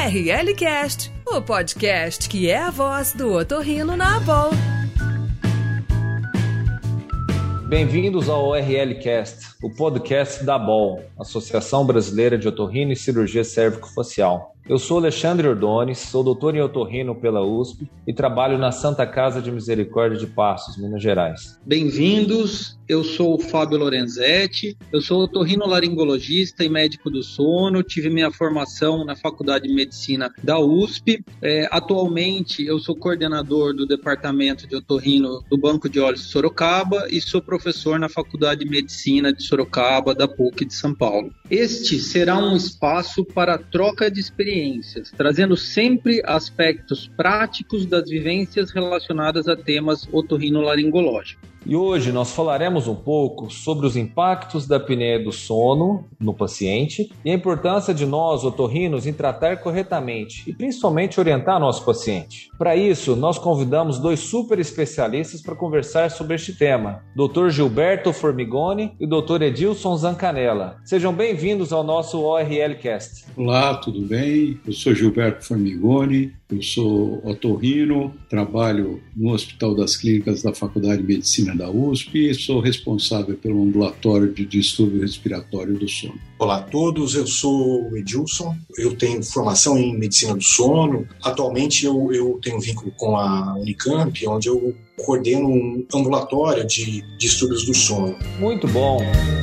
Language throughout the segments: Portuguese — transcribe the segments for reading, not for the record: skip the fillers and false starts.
ORLcast, o podcast que é a voz do otorrino na ABOL. Bem-vindos ao ORLcast, o podcast da ABOL, Associação Brasileira de Otorrino e Cirurgia Cérvico-Facial. Eu sou Alexandre Ordones, sou doutor em otorrino pela USP e trabalho na Santa Casa de Misericórdia de Passos, Minas Gerais. Bem-vindos, eu sou o Fábio Lorenzetti, eu sou otorrinolaringologista e médico do sono, tive minha formação na Faculdade de Medicina da USP. Atualmente eu sou coordenador do Departamento de Otorrino do Banco de Olhos de Sorocaba e sou professor na Faculdade de Medicina de Sorocaba, da PUC de São Paulo. Este será um espaço para troca de experiências, trazendo sempre aspectos práticos das vivências relacionadas a temas otorrinolaringológicos. E hoje nós falaremos um pouco sobre os impactos da apneia do sono no paciente e a importância de nós, otorrinos, em tratar corretamente e principalmente orientar nosso paciente. Para isso, nós convidamos dois super especialistas para conversar sobre este tema, Dr. Gilberto Formigoni e Dr. Edilson Zancanella. Sejam bem-vindos ao nosso ORLcast. Olá, tudo bem? Eu sou Gilberto Formigoni, eu sou otorrino, trabalho no Hospital das Clínicas da Faculdade de Medicina da USP e sou responsável pelo ambulatório de distúrbio respiratório do sono. Olá a todos, eu sou o Edilson, eu tenho formação em medicina do sono. Atualmente eu tenho vínculo com a Unicamp, onde eu coordeno um ambulatório de distúrbios do sono. Muito bom!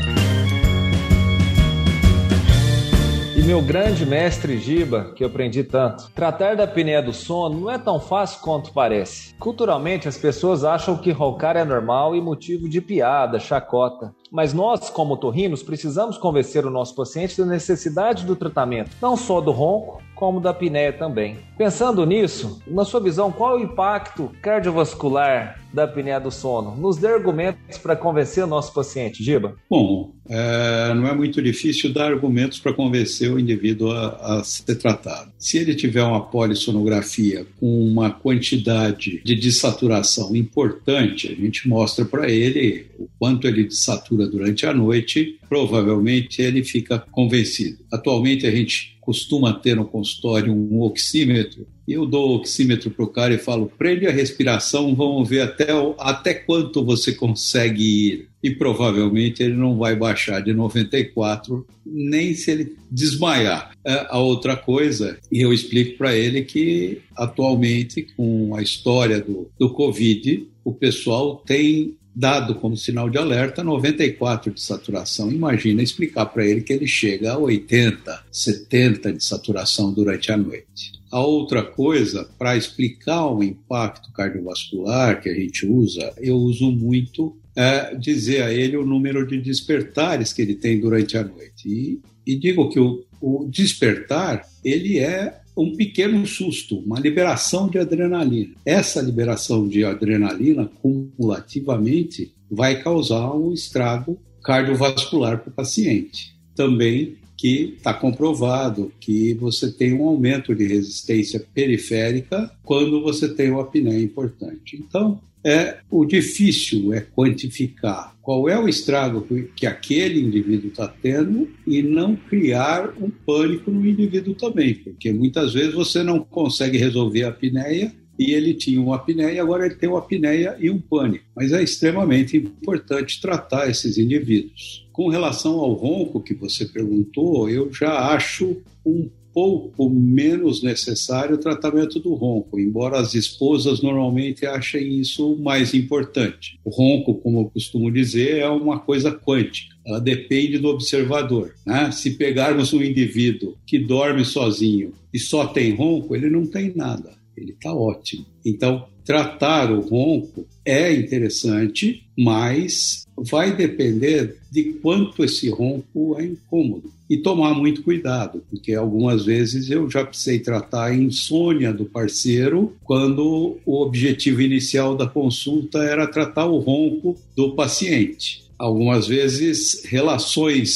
E meu grande mestre Giba, que eu aprendi tanto. Tratar da apneia do sono não é tão fácil quanto parece. Culturalmente, as pessoas acham que roncar é normal e motivo de piada, chacota. Mas nós, como otorrinos, precisamos convencer o nosso paciente da necessidade do tratamento, não só do ronco, como da apneia também. Pensando nisso, na sua visão, qual é o impacto cardiovascular da apneia do sono? Nos dê argumentos para convencer o nosso paciente, Giba. Bom, não é muito difícil dar argumentos para convencer o indivíduo a ser tratado. Se ele tiver uma polissonografia com uma quantidade de dessaturação importante, a gente mostra para ele o quanto ele desatura durante a noite, provavelmente ele fica convencido. Atualmente a gente costuma ter no consultório um oxímetro, e eu dou o oxímetro para o cara e falo, prende a respiração, vamos ver até quanto você consegue ir. E provavelmente ele não vai baixar de 94, nem se ele desmaiar. A outra coisa, e eu explico para ele que atualmente, com a história do Covid, o pessoal tem dado como sinal de alerta 94 de saturação. Imagina explicar para ele que ele chega a 80, 70 de saturação durante a noite. A outra coisa, para explicar o impacto cardiovascular que a gente usa, eu uso muito dizer a ele o número de despertares que ele tem durante a noite. E digo que o despertar, ele é um pequeno susto, uma liberação de adrenalina. Essa liberação de adrenalina, cumulativamente, vai causar um estrago cardiovascular para o paciente. Também que está comprovado que você tem um aumento de resistência periférica quando você tem uma apneia importante. Então, o difícil é quantificar qual é o estrago que aquele indivíduo está tendo e não criar um pânico no indivíduo também, porque muitas vezes você não consegue resolver a apneia e ele tinha uma apneia e agora ele tem uma apneia e um pânico. Mas é extremamente importante tratar esses indivíduos. Com relação ao ronco que você perguntou, eu já acho um pouco menos necessário o tratamento do ronco, embora as esposas normalmente achem isso mais importante. O ronco, como eu costumo dizer, é uma coisa quântica, ela depende do observador, né? Se pegarmos um indivíduo que dorme sozinho e só tem ronco, ele não tem nada, ele está ótimo. Então, tratar o ronco é interessante, mas vai depender de quanto esse ronco é incômodo. E tomar muito cuidado, porque algumas vezes eu já precisei tratar a insônia do parceiro quando o objetivo inicial da consulta era tratar o ronco do paciente. Algumas vezes relações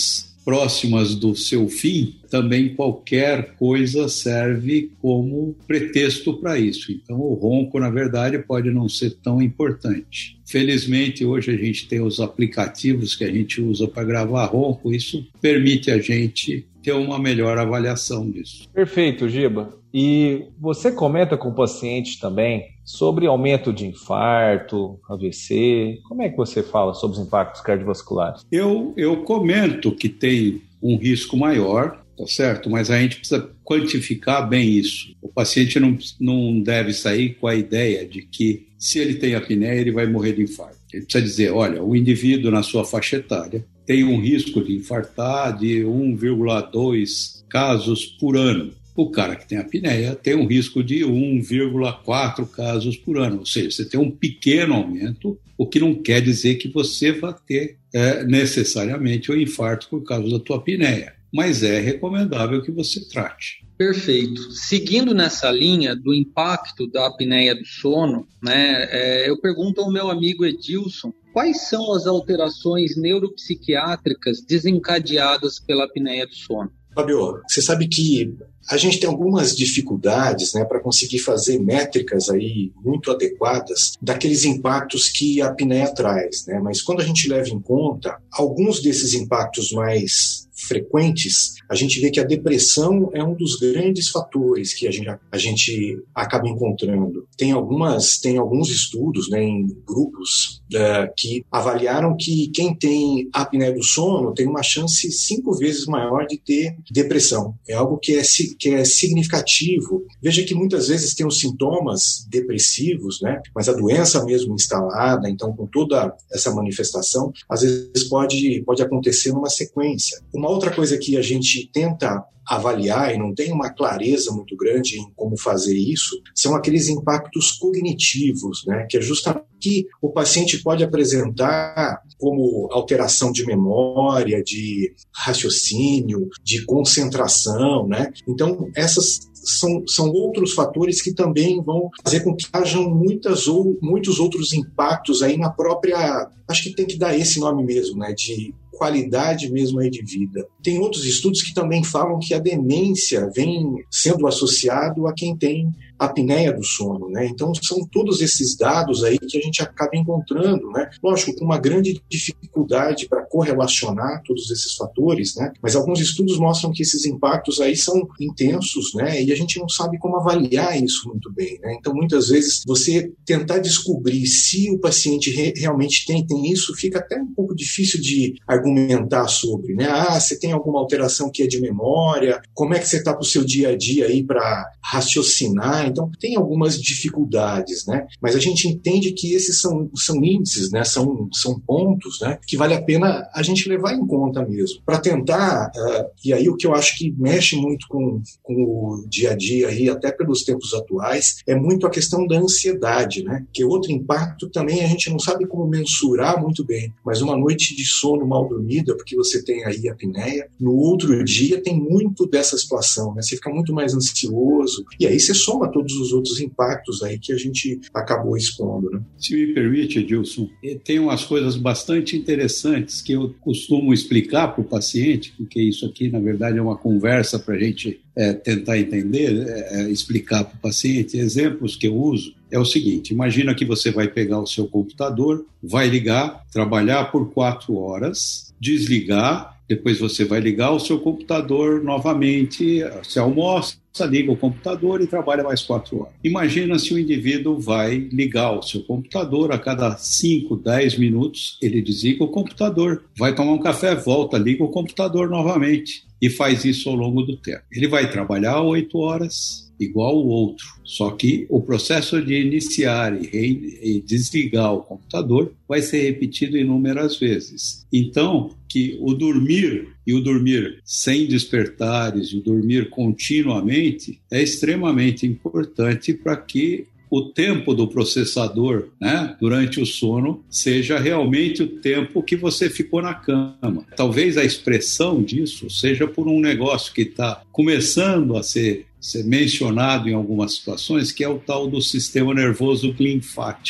próximas do seu fim, também qualquer coisa serve como pretexto para isso. Então, o ronco, na verdade, pode não ser tão importante. Felizmente, hoje a gente tem os aplicativos que a gente usa para gravar ronco, isso permite a gente ter uma melhor avaliação disso. Perfeito, Giba. E você comenta com o paciente também sobre aumento de infarto, AVC. Como é que você fala sobre os impactos cardiovasculares? Eu comento que tem um risco maior, tá certo? Mas a gente precisa quantificar bem isso. O paciente não deve sair com a ideia de que se ele tem apneia, ele vai morrer de infarto. Ele precisa dizer, olha, o indivíduo na sua faixa etária tem um risco de infartar de 1,2 casos por ano. O cara que tem apneia tem um risco de 1,4 casos por ano. Ou seja, você tem um pequeno aumento, o que não quer dizer que você vai ter necessariamente um infarto por causa da tua apneia. Mas é recomendável que você trate. Perfeito. Seguindo nessa linha do impacto da apneia do sono, né, eu pergunto ao meu amigo Edilson, quais são as alterações neuropsiquiátricas desencadeadas pela apneia do sono? Fabio, você sabe que a gente tem algumas dificuldades, né, para conseguir fazer métricas aí muito adequadas daqueles impactos que a apneia traz, né? Mas quando a gente leva em conta alguns desses impactos mais frequentes, a gente vê que a depressão é um dos grandes fatores que a gente acaba encontrando. Tem alguns estudos, né, em grupos que avaliaram que quem tem apneia do sono tem uma chance 5 vezes maior de ter depressão. É algo que é significativo. Veja que muitas vezes tem os sintomas depressivos, né, mas a doença mesmo instalada, então com toda essa manifestação, às vezes pode acontecer numa sequência. Uma outra coisa que a gente tenta avaliar e não tem uma clareza muito grande em como fazer isso, são aqueles impactos cognitivos, né, que é justamente que o paciente pode apresentar como alteração de memória, de raciocínio, de concentração, né? Então, essas são outros fatores que também vão fazer com que hajam muitos outros impactos aí na própria... Acho que tem que dar esse nome mesmo, né, de qualidade mesmo aí de vida. Tem outros estudos que também falam que a demência vem sendo associado a quem tem apneia do sono, né? Então são todos esses dados aí que a gente acaba encontrando, né? Lógico, com uma grande dificuldade para correlacionar todos esses fatores, né? Mas alguns estudos mostram que esses impactos aí são intensos, né? E a gente não sabe como avaliar isso muito bem, né? Então muitas vezes você tentar descobrir se o paciente realmente tem isso, fica até um pouco difícil de argumentar sobre, né? Você tem alguma alteração que é de memória? Como é que você está com o seu dia a dia aí para raciocinar? Então, tem algumas dificuldades, né? Mas a gente entende que esses são índices, né? São pontos, né, que vale a pena a gente levar em conta mesmo. Para tentar, e aí o que eu acho que mexe muito com o dia a dia, aí, até pelos tempos atuais, é muito a questão da ansiedade, né? Que é outro impacto também a gente não sabe como mensurar muito bem, mas uma noite de sono mal dormida, porque você tem aí a apneia, no outro dia tem muito dessa situação, né? Você fica muito mais ansioso, e aí você soma todos os outros impactos aí que a gente acabou expondo, né? Se me permite, Edilson, tem umas coisas bastante interessantes que eu costumo explicar para o paciente, porque isso aqui, na verdade, é uma conversa para a gente tentar entender, explicar para o paciente. Exemplos que eu uso é o seguinte: imagina que você vai pegar o seu computador, vai ligar, trabalhar por 4 horas, desligar, depois você vai ligar o seu computador novamente, você almoça, liga o computador e trabalha mais 4 horas. Imagina se o indivíduo vai ligar o seu computador, a cada 5, 10 minutos ele desliga o computador, vai tomar um café, volta, liga o computador novamente e faz isso ao longo do tempo. Ele vai trabalhar 8 horas, igual o outro, só que o processo de iniciar e desligar o computador vai ser repetido inúmeras vezes. Então, que o dormir sem despertares, o dormir continuamente, é extremamente importante para que o tempo do processador, né, durante o sono seja realmente o tempo que você ficou na cama. Talvez a expressão disso seja por um negócio que está começando a ser mencionado em algumas situações, que é o tal do sistema nervoso linfático.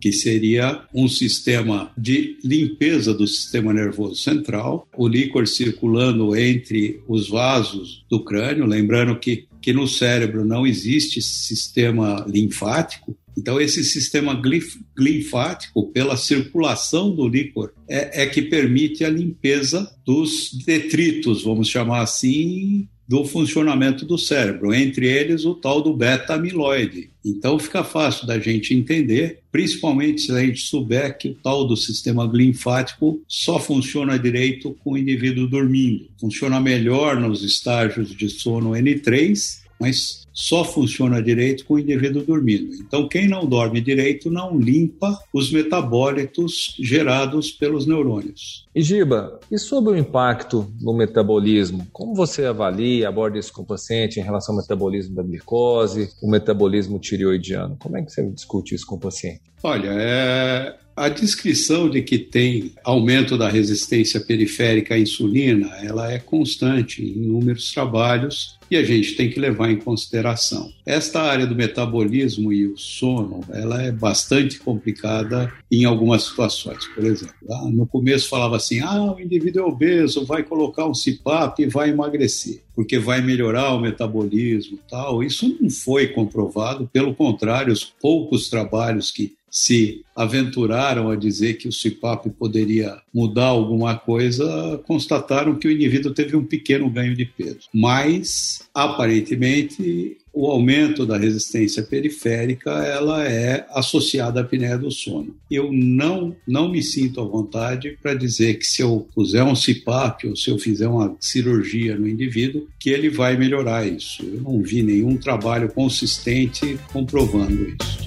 que seria um sistema de limpeza do sistema nervoso central, o líquor circulando entre os vasos do crânio, lembrando que no cérebro não existe sistema linfático. Então, esse sistema linfático, pela circulação do líquor, é que permite a limpeza dos detritos, vamos chamar assim, do funcionamento do cérebro, entre eles o tal do beta-amiloide. Então fica fácil da gente entender, principalmente se a gente souber que o tal do sistema linfático só funciona direito com o indivíduo dormindo. Funciona melhor nos estágios de sono N3, mas só funciona direito com o indivíduo dormindo. Então, quem não dorme direito não limpa os metabólitos gerados pelos neurônios. E Giba, e sobre o impacto no metabolismo? Como você avalia, aborda isso com o paciente em relação ao metabolismo da glicose, o metabolismo tireoidiano? Como é que você discute isso com o paciente? Olha, a descrição de que tem aumento da resistência periférica à insulina, ela é constante em inúmeros trabalhos e a gente tem que levar em consideração. Esta área do metabolismo e o sono, ela é bastante complicada em algumas situações. Por exemplo, no começo falava assim, o indivíduo é obeso, vai colocar um CPAP e vai emagrecer, porque vai melhorar o metabolismo e tal. Isso não foi comprovado, pelo contrário, os poucos trabalhos que se aventuraram a dizer que o CPAP poderia mudar alguma coisa, constataram que o indivíduo teve um pequeno ganho de peso. Mas, aparentemente, o aumento da resistência periférica ela é associada à apneia do sono. Eu não me sinto à vontade para dizer que se eu puser um CPAP ou se eu fizer uma cirurgia no indivíduo, que ele vai melhorar isso. Eu não vi nenhum trabalho consistente comprovando isso.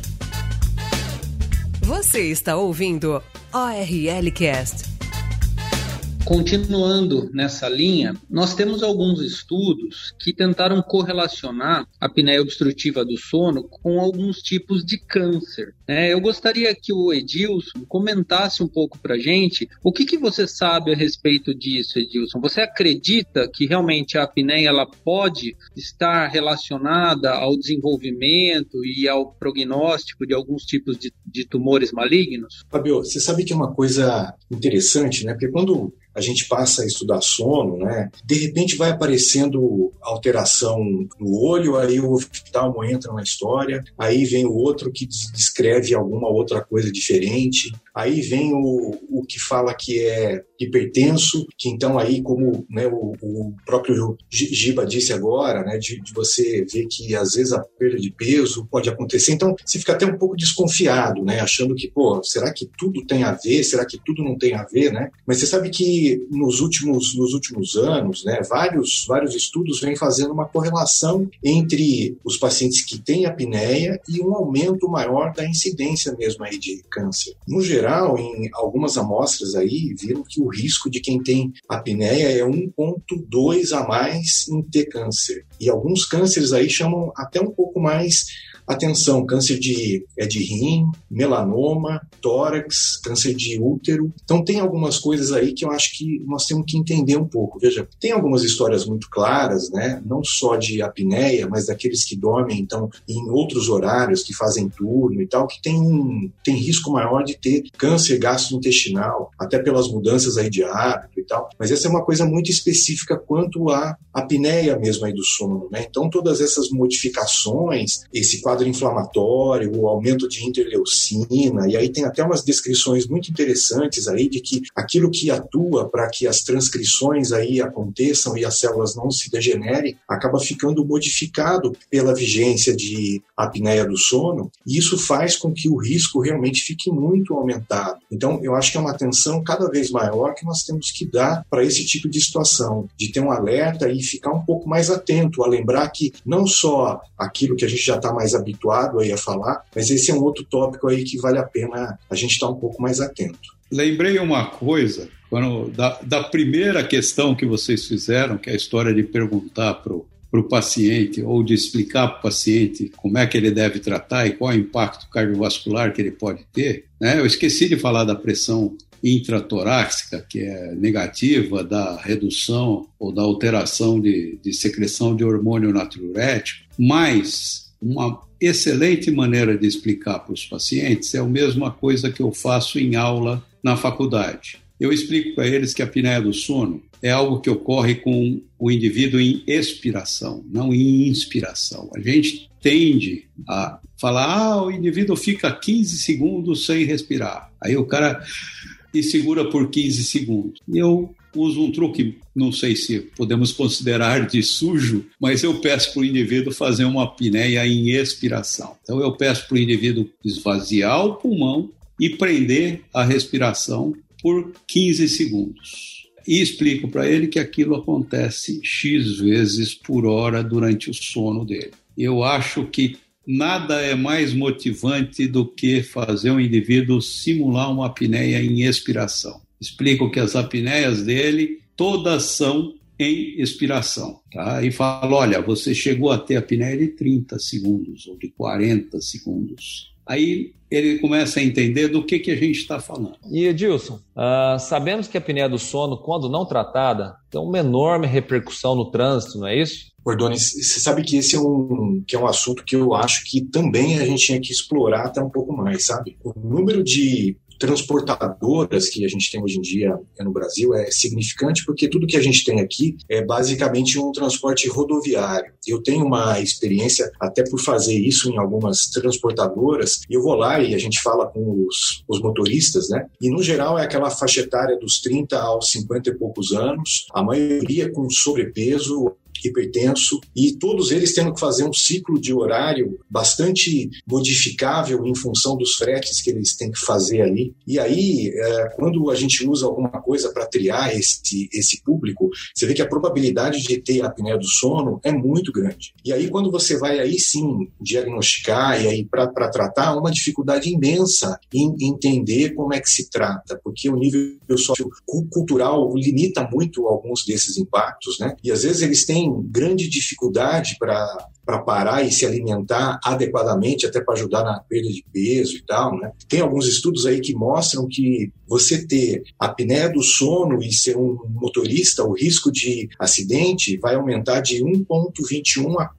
Você está ouvindo ORLcast. Continuando nessa linha, nós temos alguns estudos que tentaram correlacionar a apneia obstrutiva do sono com alguns tipos de câncer. Eu gostaria que o Edilson comentasse um pouco para a gente o que você sabe a respeito disso, Edilson. Você acredita que realmente a apneia ela pode estar relacionada ao desenvolvimento e ao prognóstico de alguns tipos de tumores malignos? Fabio, você sabe que é uma coisa interessante, né? Porque quando a gente passa a estudar sono, né? De repente vai aparecendo alteração no olho, aí o oftalmo entra na história, aí vem o outro que descreve alguma outra coisa diferente, aí vem o que fala que é hipertenso, que então aí como, né, o próprio Giba disse agora, né, de você ver que às vezes a perda de peso pode acontecer, então você fica até um pouco desconfiado, né, achando que, será que tudo tem a ver? Será que tudo não tem a ver, né? Mas você sabe que nos últimos anos, né, vários estudos vêm fazendo uma correlação entre os pacientes que têm apneia e um aumento maior da incidência mesmo aí de câncer. No geral, em algumas amostras aí, viram que o risco de quem tem apneia é 1,2 a mais em ter câncer. E alguns cânceres aí chamam até um pouco mais atenção, câncer de rim, melanoma, tórax, câncer de útero. Então tem algumas coisas aí que eu acho que nós temos que entender um pouco. Veja, tem algumas histórias muito claras, né? Não só de apneia, mas daqueles que dormem então em outros horários, que fazem turno e tal, que tem risco maior de ter câncer gastrointestinal, até pelas mudanças aí de hábito e tal. Mas essa é uma coisa muito específica quanto à apneia mesmo aí do sono, né? Então todas essas modificações, esse quadro inflamatório, o aumento de interleucina, e aí tem até umas descrições muito interessantes aí de que aquilo que atua para que as transcrições aí aconteçam e as células não se degenerem, acaba ficando modificado pela vigência de apneia do sono, e isso faz com que o risco realmente fique muito aumentado. Então, eu acho que é uma atenção cada vez maior que nós temos que dar para esse tipo de situação, de ter um alerta e ficar um pouco mais atento a lembrar que não só aquilo que a gente já está mais habituado aí a falar, mas esse é um outro tópico aí que vale a pena a gente estar um pouco mais atento. Lembrei uma coisa, da primeira questão que vocês fizeram, que é a história de perguntar para o paciente ou de explicar para o paciente como é que ele deve tratar e qual é o impacto cardiovascular que ele pode ter, né? Eu esqueci de falar da pressão intratorácica, que é negativa, da redução ou da alteração de secreção de hormônio natriurético, mas uma excelente maneira de explicar para os pacientes é a mesma coisa que eu faço em aula na faculdade. Eu explico para eles que a apneia do sono é algo que ocorre com o indivíduo em expiração, não em inspiração. A gente tende a falar, o indivíduo fica 15 segundos sem respirar. Aí o cara segura por 15 segundos. Eu uso um truque, não sei se podemos considerar de sujo, mas eu peço para o indivíduo fazer uma apneia em expiração. Então eu peço para o indivíduo esvaziar o pulmão e prender a respiração por 15 segundos. E explico para ele que aquilo acontece X vezes por hora durante o sono dele. Eu acho que nada é mais motivante do que fazer um indivíduo simular uma apneia em expiração. Explico que as apneias dele todas são em expiração, tá? E falo, olha, você chegou a ter apneia de 30 segundos ou de 40 segundos. Aí ele começa a entender do que a gente está falando. E Edilson, sabemos que a apneia do sono, quando não tratada, tem uma enorme repercussão no trânsito, não é isso? Bordoni, você sabe que esse é um assunto que eu acho que também a gente tinha que explorar até um pouco mais, sabe? O número de transportadoras que a gente tem hoje em dia no Brasil é significante, porque tudo que a gente tem aqui é basicamente um transporte rodoviário. Eu tenho uma experiência até por fazer isso em algumas transportadoras, e eu vou lá e a gente fala com os motoristas, né? E no geral é aquela faixa etária dos 30 aos 50 e poucos anos, a maioria com sobrepeso, hipertenso, e todos eles tendo que fazer um ciclo de horário bastante modificável em função dos fretes que eles têm que fazer ali. E aí, quando a gente usa alguma coisa para triar esse público, você vê que a probabilidade de ter apneia do sono é muito grande. E aí, quando você vai aí sim diagnosticar e aí para tratar, uma dificuldade imensa em entender como é que se trata, porque o nível sociocultural limita muito alguns desses impactos, né? E às vezes eles têm grande dificuldade para parar e se alimentar adequadamente, até para ajudar na perda de peso e tal, né? Tem alguns estudos aí que mostram que você ter apneia do sono e ser um motorista, o risco de acidente vai aumentar de 1,21 a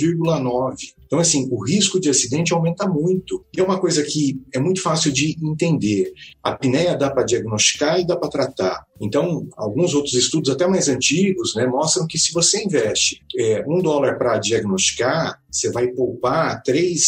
4,9. Então, assim, o risco de acidente aumenta muito. E é uma coisa que é muito fácil de entender. A apneia dá para diagnosticar e dá para tratar. Então, alguns outros estudos, até mais antigos, né, mostram que se você investe $1 para diagnosticar, você vai poupar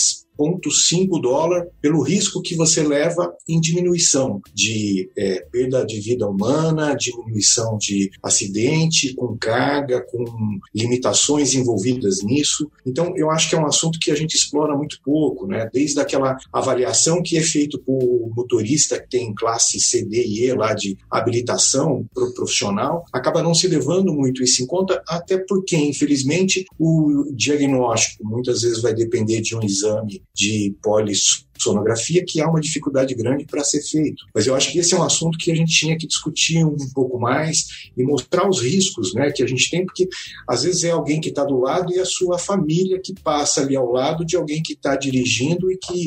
$3,5 pelo risco que você leva em diminuição de perda de vida humana, diminuição de acidente, com carga, com limitações envolvidas nisso. Então, eu acho que é um assunto que a gente explora muito pouco, né? Desde aquela avaliação que é feita por motorista que tem classe C, D e E lá de habilitação profissional, acaba não se levando muito isso em conta, até porque, infelizmente, o diagnóstico muitas vezes vai depender de um exame de polissonografia, que há uma dificuldade grande para ser feito. Mas eu acho que esse é um assunto que a gente tinha que discutir um pouco mais e mostrar os riscos, né, que a gente tem, porque às vezes é alguém que está do lado e a sua família que passa ali ao lado de alguém que está dirigindo e que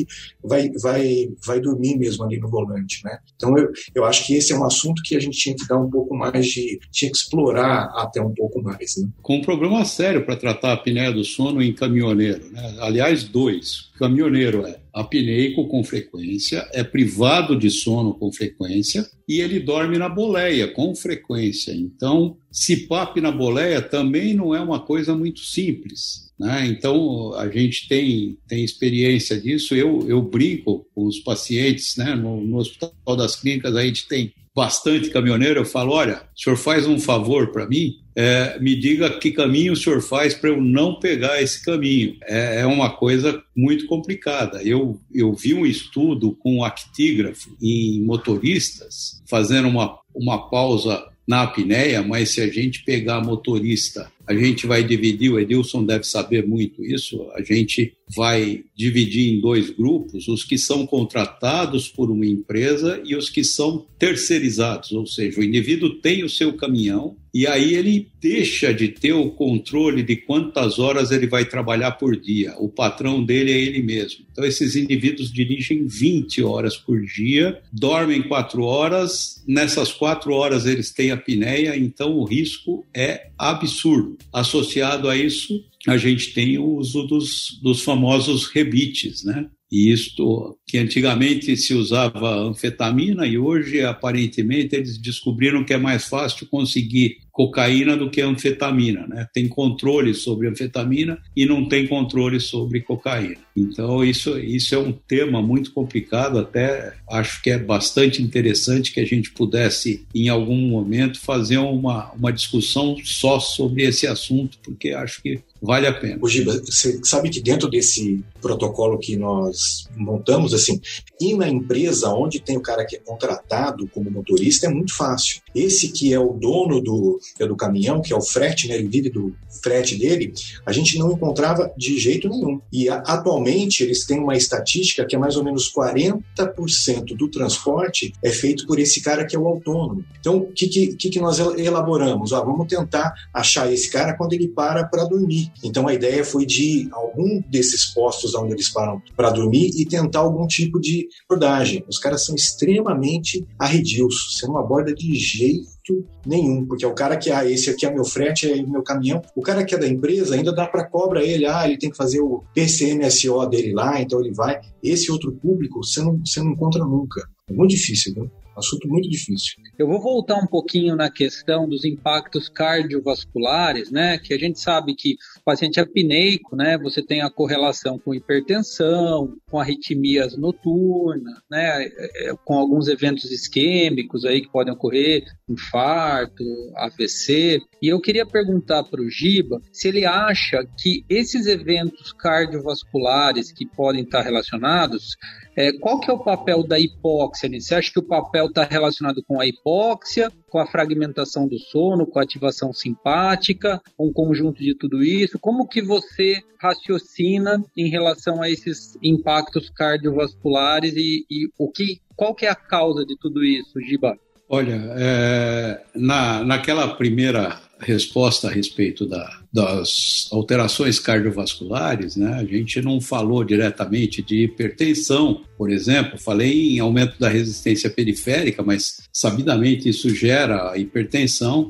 vai dormir mesmo ali no volante, né? Então eu acho que esse é um assunto que a gente tinha que dar um pouco mais tinha que explorar até um pouco mais, né? Com um problema sério para tratar a apneia do sono em caminhoneiro, né? Aliás, 2. O caminhoneiro é apneico com frequência, é privado de sono com frequência e ele dorme na boleia com frequência. Então, CPAP na boleia também não é uma coisa muito simples, né? Então, a gente tem experiência disso. Eu brinco com os pacientes, né? No Hospital das Clínicas a gente tem bastante caminhoneiro. Eu falo, olha, o senhor faz um favor para mim? Me diga que caminho o senhor faz para eu não pegar esse caminho. É uma coisa muito complicada. Eu vi um estudo com actígrafo em motoristas, fazendo uma pausa na apneia, mas se a gente pegar motorista, a gente vai dividir, o Edilson deve saber muito isso, a gente vai dividir em 2 grupos, os que são contratados por uma empresa e os que são terceirizados, ou seja, o indivíduo tem o seu caminhão e aí ele deixa de ter o controle de quantas horas ele vai trabalhar por dia. O patrão dele é ele mesmo. Então, esses indivíduos dirigem 20 horas por dia, dormem 4 horas, nessas 4 horas eles têm apneia, então o risco é absurdo. associado a isso, a gente tem o uso dos famosos rebites, né? E isto que antigamente se usava anfetamina e hoje, aparentemente, eles descobriram que é mais fácil conseguir cocaína do que anfetamina, né? Tem controle sobre anfetamina e não tem controle sobre cocaína. Então, isso é um tema muito complicado, até acho que é bastante interessante que a gente pudesse, em algum momento, fazer uma discussão só sobre esse assunto, porque acho que vale a pena. Ô, Giba, você sabe que dentro desse protocolo que nós montamos, assim, e na empresa onde tem o cara que é contratado como motorista é muito fácil. Esse que é o dono do caminhão, que é o frete, né, ele vive do frete dele, a gente não encontrava de jeito nenhum. E atualmente eles têm uma estatística que é mais ou menos 40% do transporte é feito por esse cara que é o autônomo. Então, o que nós elaboramos? Vamos tentar achar esse cara quando ele para dormir. Então, a ideia foi de algum desses postos onde eles param para dormir e tentar algum tipo de abordagem. Os caras são extremamente arredios, você não aborda de jeito nenhum, porque é o cara que, esse aqui é meu frete, é meu caminhão. O cara que é da empresa ainda dá para cobra ele, ele tem que fazer o PCMSO dele lá, então ele vai. Esse outro público você não encontra nunca. É muito difícil, viu? Assunto muito difícil. Eu vou voltar um pouquinho na questão dos impactos cardiovasculares, né? Que a gente sabe que o paciente apneico, né? Você tem a correlação com hipertensão, com arritmias noturnas, né? Com alguns eventos isquêmicos aí que podem ocorrer, infarto, AVC. E eu queria perguntar para o Giba se ele acha que esses eventos cardiovasculares que podem estar relacionados, qual que é o papel da hipóxia? Você acha que o papel está relacionado com a hipóxia, com a fragmentação do sono, com a ativação simpática, um conjunto de tudo isso? Como que você raciocina em relação a esses impactos cardiovasculares e qual que é a causa de tudo isso, Giba? Olha, naquela primeira resposta a respeito das alterações cardiovasculares, né, a gente não falou diretamente de hipertensão, por exemplo, falei em aumento da resistência periférica, mas sabidamente isso gera hipertensão,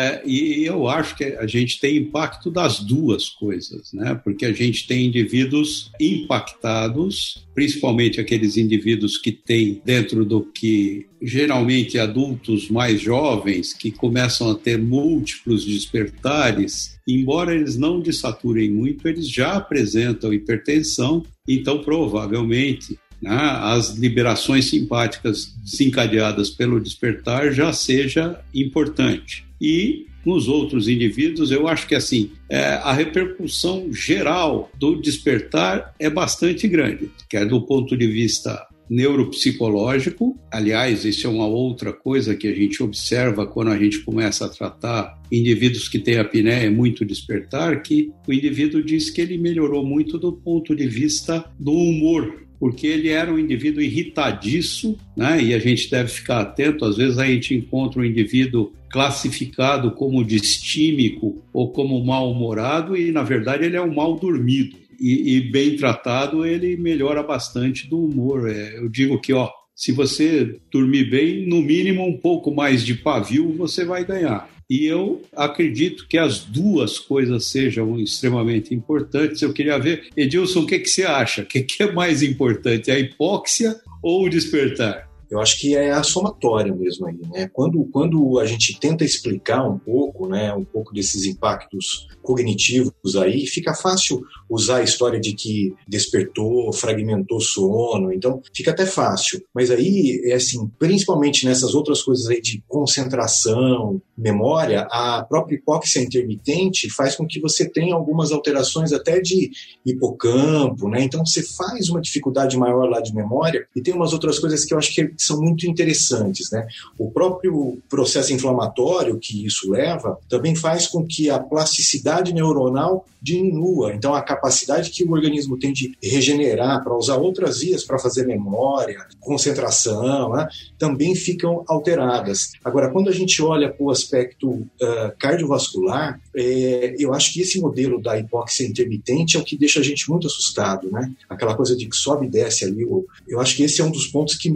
e eu acho que a gente tem impacto das duas coisas, né, porque a gente tem indivíduos impactados, principalmente aqueles indivíduos que têm dentro do que geralmente adultos mais jovens, que começam a ter múltiplos despertares, embora eles não desaturem muito, eles já apresentam hipertensão, então provavelmente, né, as liberações simpáticas desencadeadas pelo despertar já seja importante. E nos outros indivíduos, eu acho que assim, a repercussão geral do despertar é bastante grande, quer do ponto de vista neuropsicológico. Aliás, isso é uma outra coisa que a gente observa quando a gente começa a tratar indivíduos que têm apneia muito despertar, que o indivíduo diz que ele melhorou muito do ponto de vista do humor, porque ele era um indivíduo irritadiço, né? E a gente deve ficar atento, às vezes a gente encontra um indivíduo classificado como distímico ou como mal-humorado e, na verdade, ele é um mal dormido. E bem tratado, ele melhora bastante do humor. Eu digo que, se você dormir bem, no mínimo um pouco mais de pavio você vai ganhar. E eu acredito que as duas coisas sejam extremamente importantes. Eu queria ver, Edilson, o que você acha? O que é mais importante, a hipóxia ou o despertar? Eu acho que é a somatória mesmo aí, né? Quando a gente tenta explicar um pouco, né, um pouco desses impactos cognitivos aí, fica fácil usar a história de que despertou, fragmentou sono, então fica até fácil. Mas aí, assim, principalmente nessas outras coisas aí de concentração, memória, a própria hipóxia intermitente faz com que você tenha algumas alterações até de hipocampo, né? Então você faz uma dificuldade maior lá de memória e tem umas outras coisas que eu acho que são muito interessantes, né? O próprio processo inflamatório que isso leva também faz com que a plasticidade neuronal diminua. Então, a capacidade que o organismo tem de regenerar para usar outras vias para fazer memória, concentração, né, também ficam alteradas. Agora, quando a gente olha para o aspecto cardiovascular, eu acho que esse modelo da hipóxia intermitente é o que deixa a gente muito assustado, né? Aquela coisa de que sobe e desce ali. Eu acho que esse é um dos pontos que me deixa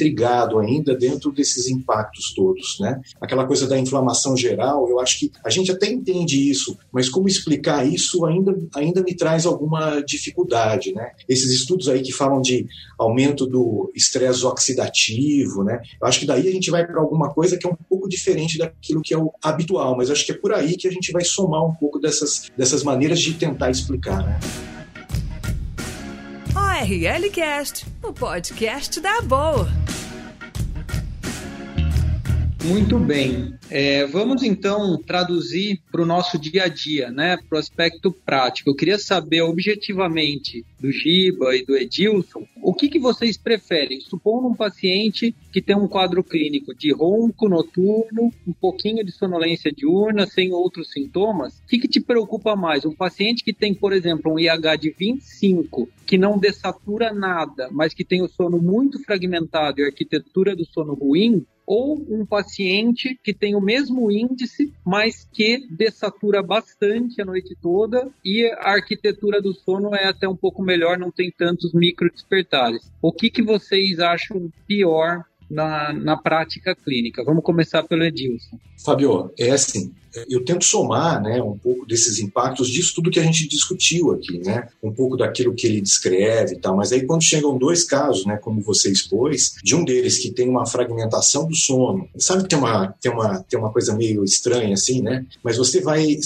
intrigado ainda dentro desses impactos todos, né? Aquela coisa da inflamação geral, eu acho que a gente até entende isso, mas como explicar isso ainda me traz alguma dificuldade, né? Esses estudos aí que falam de aumento do estresse oxidativo, né? Eu acho que daí a gente vai para alguma coisa que é um pouco diferente daquilo que é o habitual, mas eu acho que é por aí que a gente vai somar um pouco dessas maneiras de tentar explicar, né? ORL Cast, o podcast da boa. Muito bem. Vamos então traduzir para o nosso dia a dia, né? Para o aspecto prático. Eu queria saber objetivamente do Giba e do Edilson, o que vocês preferem? Supondo um paciente que tem um quadro clínico de ronco noturno, um pouquinho de sonolência diurna, sem outros sintomas, o que te preocupa mais? Um paciente que tem, por exemplo, um IH de 25, que não dessatura nada, mas que tem o sono muito fragmentado e a arquitetura do sono ruim, ou um paciente que tem o mesmo índice, mas que dessatura bastante a noite toda e a arquitetura do sono é até um pouco melhor, não tem tantos microdespertares. O que vocês acham pior na prática clínica? Vamos começar pelo Edilson. Fábio, é assim, eu tento somar, né, um pouco desses impactos disso tudo que a gente discutiu aqui, né, um pouco daquilo que ele descreve e tal, mas aí quando chegam dois casos, né, como você expôs, de um deles que tem uma fragmentação do sono, sabe que tem uma coisa meio estranha assim, né, mas você vai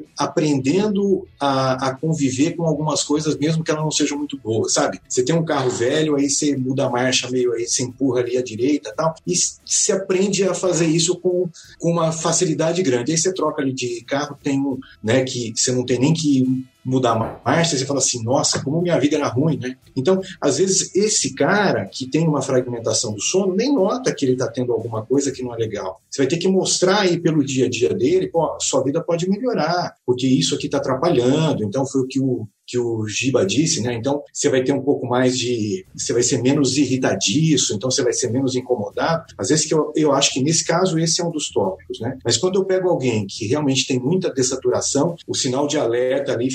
aprendendo a conviver com algumas coisas mesmo que elas não sejam muito boas, sabe? Você tem um carro velho, aí você muda a marcha meio aí, você empurra ali à direita e tal, e se aprende a fazer isso com uma facilidade grande. Aí você troca ali de carro, tem um, né, que você não tem nem que mudar a marcha, você fala assim, nossa, como minha vida era ruim, né? Então, às vezes, esse cara que tem uma fragmentação do sono nem nota que ele está tendo alguma coisa que não é legal. Você vai ter que mostrar aí pelo dia a dia dele, pô, sua vida pode melhorar, porque isso aqui está atrapalhando. Então, foi o que o Giba disse, né? Então, você vai ter um pouco mais você vai ser menos irritadiço, então você vai ser menos incomodado. Às vezes que eu acho que nesse caso esse é um dos tópicos, né? Mas quando eu pego alguém que realmente tem muita dessaturação, o sinal de alerta ali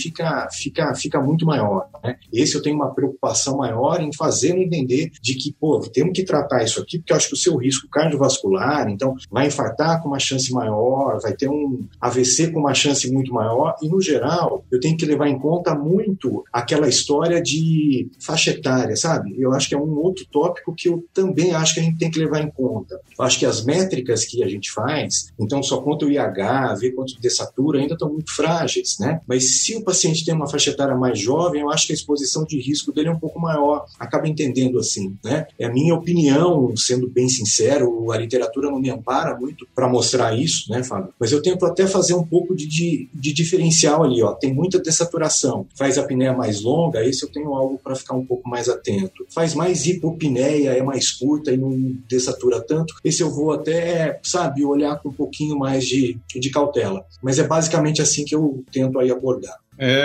fica muito maior, né? Esse eu tenho uma preocupação maior em fazê-lo entender de que, pô, temos que tratar isso aqui, porque eu acho que o seu risco cardiovascular, então, vai infartar com uma chance maior, vai ter um AVC com uma chance muito maior, e no geral, eu tenho que levar em conta muito aquela história de faixa etária, sabe? Eu acho que é um outro tópico que eu também acho que a gente tem que levar em conta. Eu acho que as métricas que a gente faz, então só conta o IH, ver quanto dessatura, ainda estão muito frágeis, né? Mas se o paciente tem uma faixa etária mais jovem, eu acho que a exposição de risco dele é um pouco maior. Acaba entendendo assim, né? É a minha opinião, sendo bem sincero, a literatura não me ampara muito para mostrar isso, né, Fábio? Mas eu tento até fazer um pouco de diferencial ali, ó. Tem muita dessaturação, faz apneia mais longa, esse eu tenho algo para ficar um pouco mais atento. Faz mais hipopneia, é mais curta e não dessatura tanto, esse eu vou até, sabe, olhar com um pouquinho mais de cautela. Mas é basicamente assim que eu tento aí abordar.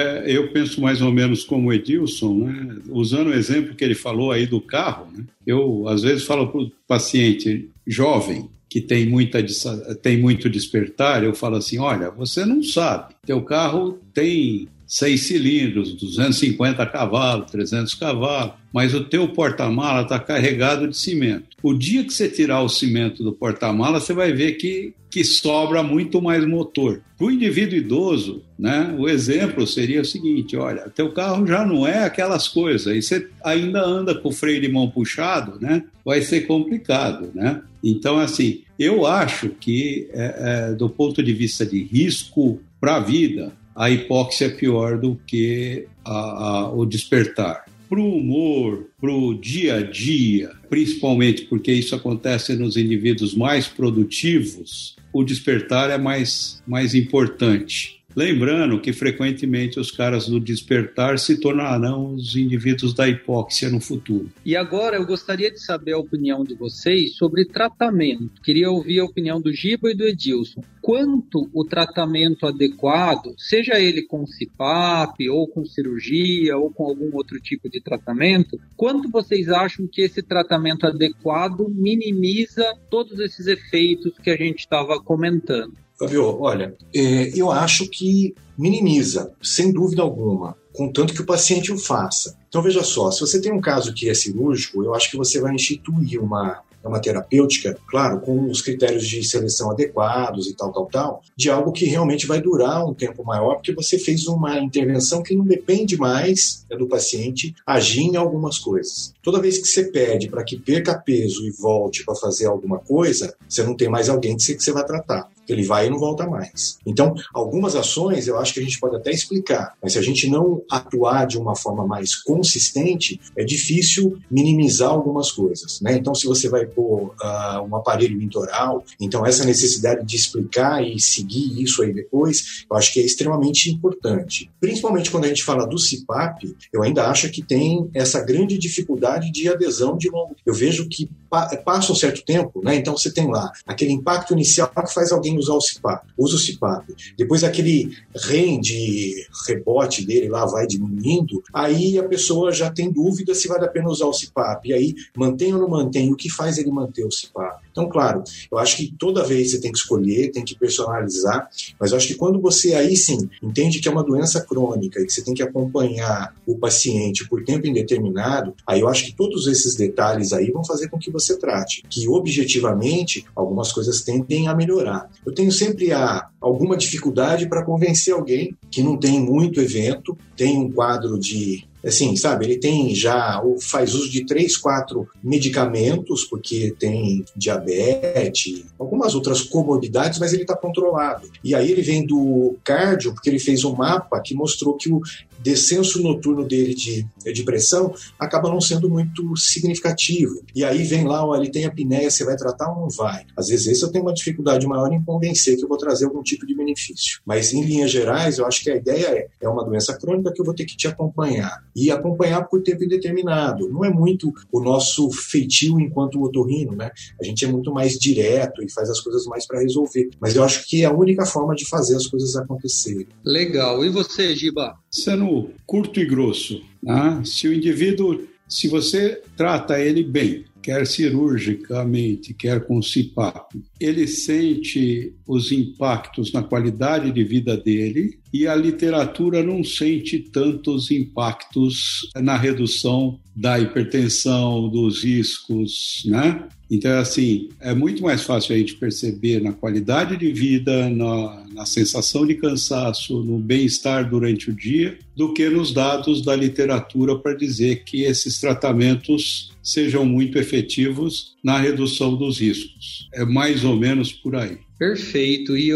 Eu penso mais ou menos como o Edilson, né? Usando o exemplo que ele falou aí do carro, né? Eu, às vezes, falo para o paciente jovem que tem muito despertar, eu falo assim, olha, você não sabe, teu carro tem 6 cilindros, 250 cavalos, 300 cavalos, mas o teu porta-mala está carregado de cimento. O dia que você tirar o cimento do porta-mala, você vai ver que sobra muito mais motor. Para o indivíduo idoso, né, o exemplo seria o seguinte, olha, teu carro já não é aquelas coisas, e você ainda anda com o freio de mão puxado, né, vai ser complicado, né? Então, assim, eu acho que, do ponto de vista de risco para a vida, a hipóxia é pior do que o despertar. Para o humor, para o dia a dia, principalmente porque isso acontece nos indivíduos mais produtivos, o despertar é mais importante. Lembrando que frequentemente os caras do despertar se tornarão os indivíduos da hipóxia no futuro. E agora eu gostaria de saber a opinião de vocês sobre tratamento. Queria ouvir a opinião do Giba e do Edilson. Quanto o tratamento adequado, seja ele com CPAP ou com cirurgia ou com algum outro tipo de tratamento, quanto vocês acham que esse tratamento adequado minimiza todos esses efeitos que a gente estava comentando? Fábio, olha, eu acho que minimiza, sem dúvida alguma, contanto que o paciente o faça. Então, veja só, se você tem um caso que é cirúrgico, eu acho que você vai instituir uma uma terapêutica, claro, com os critérios de seleção adequados e tal, de algo que realmente vai durar um tempo maior, porque você fez uma intervenção que não depende mais do paciente agir em algumas coisas. Toda vez que você pede para que perca peso e volte para fazer alguma coisa, você não tem mais alguém que você vai tratar. Ele vai e não volta mais. Então, algumas ações eu acho que a gente pode até explicar, mas se a gente não atuar de uma forma mais consistente, é difícil minimizar algumas coisas, né? Então, se você vai pôr um aparelho intraoral, então essa necessidade de explicar e seguir isso aí depois, eu acho que é extremamente importante. Principalmente quando a gente fala do CPAP, eu ainda acho que tem essa grande dificuldade de adesão de longo. Eu vejo que passa um certo tempo, né? Então você tem lá aquele impacto inicial que faz alguém usar o CPAP, usa o CPAP, depois aquele rebote dele lá vai diminuindo, aí a pessoa já tem dúvida se vale a pena usar o CPAP, e aí mantém ou não mantém, o que faz ele manter o CPAP? Então, claro, eu acho que toda vez você tem que escolher, tem que personalizar, mas eu acho que quando você aí sim entende que é uma doença crônica e que você tem que acompanhar o paciente por tempo indeterminado, aí eu acho que todos esses detalhes aí vão fazer com que você trate, que objetivamente algumas coisas tendem a melhorar. Eu tenho sempre alguma dificuldade para convencer alguém que não tem muito evento, tem um quadro de... Assim, sabe, ele tem faz uso de 3, 4 medicamentos, porque tem diabetes, algumas outras comorbidades, mas ele está controlado. E aí ele vem do cardio, porque ele fez um mapa que mostrou que o descenso noturno dele de pressão acaba não sendo muito significativo. E aí vem lá, ele tem apneia, você vai tratar ou não vai? Às vezes esse eu tenho uma dificuldade maior em convencer que eu vou trazer algum tipo de benefício. Mas em linhas gerais, eu acho que a ideia é uma doença crônica que eu vou ter que te acompanhar. E acompanhar por tempo indeterminado. Não é muito o nosso feitio enquanto otorrino, né? A gente é muito mais direto e faz as coisas mais para resolver. Mas eu acho que é a única forma de fazer as coisas acontecerem. Legal. E você, Giba? Sendo curto e grosso, né? Se você trata ele bem, quer cirurgicamente, quer com CPAP, ele sente os impactos na qualidade de vida dele e a literatura não sente tantos impactos na redução da hipertensão, dos riscos, né? Então, assim, é muito mais fácil a gente perceber na qualidade de vida, na sensação de cansaço, no bem-estar durante o dia, do que nos dados da literatura para dizer que esses tratamentos sejam muito efetivos na redução dos riscos. É mais ou menos por aí. Perfeito. E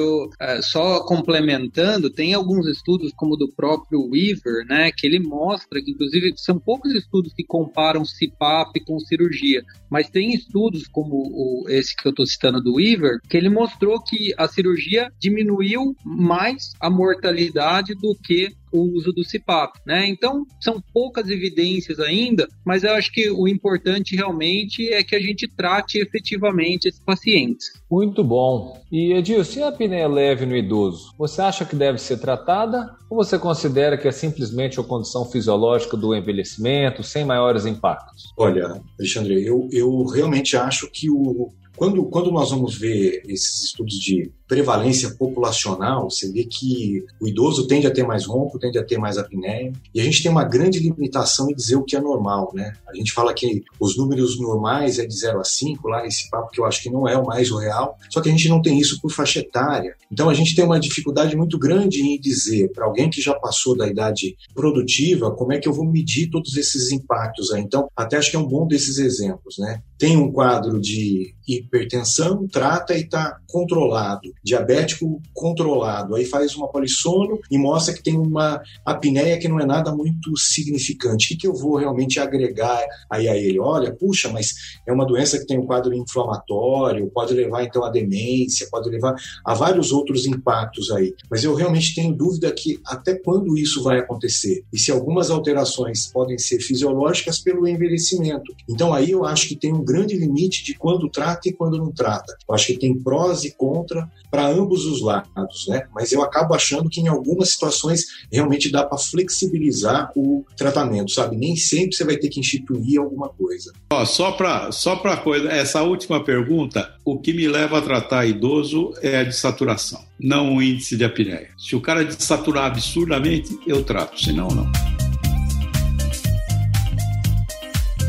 só complementando, tem alguns estudos como o do próprio Weaver, né, que ele mostra que, inclusive, são poucos estudos que comparam CPAP com cirurgia, mas tem estudos como esse que eu estou citando do Weaver, que ele mostrou que a cirurgia diminuiu mais a mortalidade do que o uso do CPAP, né? Então, são poucas evidências ainda, mas eu acho que o importante realmente é que a gente trate efetivamente esses pacientes. Muito bom. E, Edilson, e a apneia leve no idoso? Você acha que deve ser tratada ou você considera que é simplesmente uma condição fisiológica do envelhecimento, sem maiores impactos? Olha, Alexandre, eu realmente acho que quando nós vamos ver esses estudos de prevalência populacional, você vê que o idoso tende a ter mais ronco, tende a ter mais apneia, e a gente tem uma grande limitação em dizer o que é normal, né? A gente fala que os números normais é de 0 a 5, lá esse papo que eu acho que não é o mais real, só que a gente não tem isso por faixa etária. Então a gente tem uma dificuldade muito grande em dizer para alguém que já passou da idade produtiva, como é que eu vou medir todos esses impactos aí. Então, até acho que é um bom desses exemplos, né? Tem um quadro de hipertensão, trata e está controlado. Diabético controlado. Aí faz uma polissono e mostra que tem uma apneia que não é nada muito significante. O que eu vou realmente agregar aí a ele? Olha, puxa, mas é uma doença que tem um quadro inflamatório, pode levar então à demência, pode levar a vários outros impactos aí. Mas eu realmente tenho dúvida que até quando isso vai acontecer e se algumas alterações podem ser fisiológicas pelo envelhecimento. Então aí eu acho que tem um grande limite de quando trata e quando não trata. Eu acho que tem prós e contra para ambos os lados, né? Mas eu acabo achando que em algumas situações realmente dá para flexibilizar o tratamento, sabe? Nem sempre você vai ter que instituir alguma coisa. Só para coisa, essa última pergunta, o que me leva a tratar idoso é a dessaturação, não o índice de apneia. Se o cara dessaturar absurdamente, eu trato, senão não.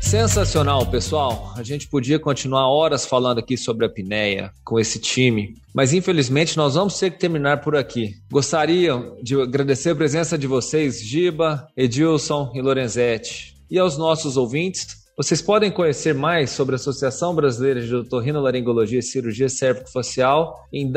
Sensacional, pessoal. A gente podia continuar horas falando aqui sobre a apneia com esse time, mas infelizmente nós vamos ter que terminar por aqui. Gostaria de agradecer a presença de vocês, Giba, Edilson e Lorenzetti. E aos nossos ouvintes, vocês podem conhecer mais sobre a Associação Brasileira de Otorrinolaringologia e Cirurgia Cérvico-Facial em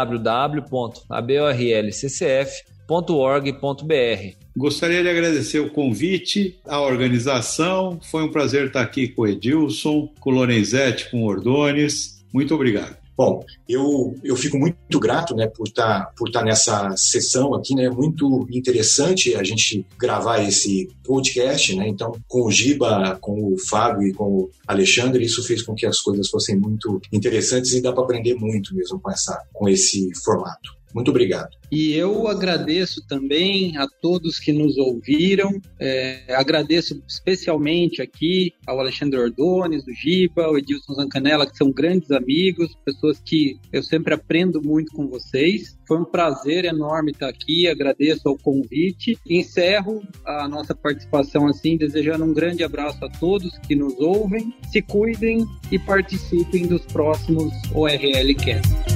www.aborlccf.org.br. Gostaria de agradecer o convite, a organização. Foi um prazer estar aqui com o Edilson, com o Lorenzetti, com o Ordones. Muito obrigado. Bom, eu fico muito grato, né, por estar nessa sessão aqui, né, muito interessante a gente gravar esse podcast, né, então com o Giba, com o Fábio e com o Alexandre, isso fez com que as coisas fossem muito interessantes e dá para aprender muito mesmo com esse formato. Muito obrigado. E eu agradeço também a todos que nos ouviram, agradeço especialmente aqui ao Alexandre Ordones, o Giba, o Edilson Zancanella, que são grandes amigos, pessoas que eu sempre aprendo muito com vocês. Foi um prazer enorme estar aqui, agradeço ao convite. Encerro a nossa participação assim, desejando um grande abraço a todos que nos ouvem, se cuidem e participem dos próximos ORL Cast.